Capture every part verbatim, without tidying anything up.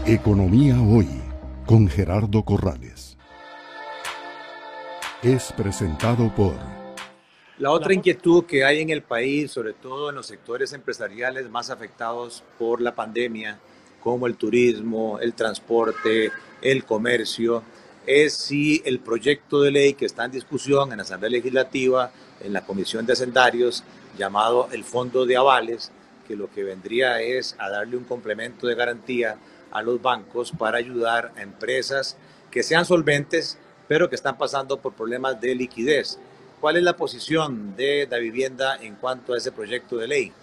Economía Hoy, con Gerardo Corrales. Es presentado por... La otra inquietud que hay en el país, sobre todo en los sectores empresariales más afectados por la pandemia, como el turismo, el transporte, el comercio, es si el proyecto de ley que está en discusión en la Asamblea Legislativa, en la Comisión de Hacendarios, llamado el Fondo de Avales, que lo que vendría es a darle un complemento de garantía a los bancos para ayudar a empresas que sean solventes, pero que están pasando por problemas de liquidez. ¿Cuál es la posición de la vivienda en cuanto a ese proyecto de ley?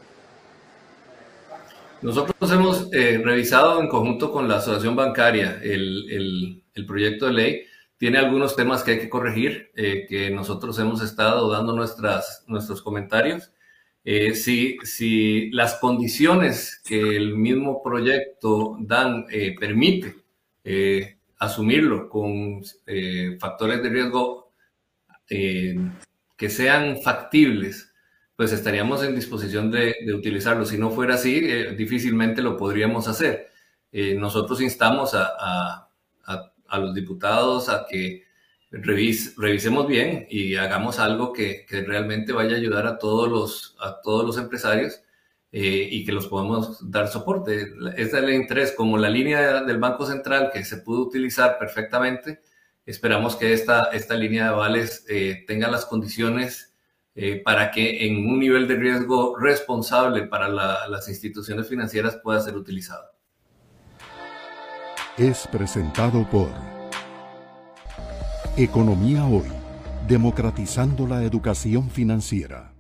Nosotros hemos eh, revisado en conjunto con la Asociación Bancaria el, el, el proyecto de ley. Tiene algunos temas que hay que corregir, eh, que nosotros hemos estado dando nuestras, nuestros comentarios. Eh, si, si las condiciones que el mismo proyecto dan eh, permite eh, asumirlo con eh, factores de riesgo eh, que sean factibles, pues estaríamos en disposición de, de utilizarlo. Si no fuera así, eh, difícilmente lo podríamos hacer. Eh, nosotros instamos a, a, a, a los diputados a que revis, revisemos bien y hagamos algo que, que realmente vaya a ayudar a todos los, a todos los empresarios eh, y que los podamos dar soporte. Esta ley tres, como la línea del Banco Central que se pudo utilizar perfectamente, esperamos que esta, esta línea de avales eh, tenga las condiciones Eh, para que en un nivel de riesgo responsable para la, las instituciones financieras pueda ser utilizado. Es presentado por Economía Hoy, democratizando la educación financiera.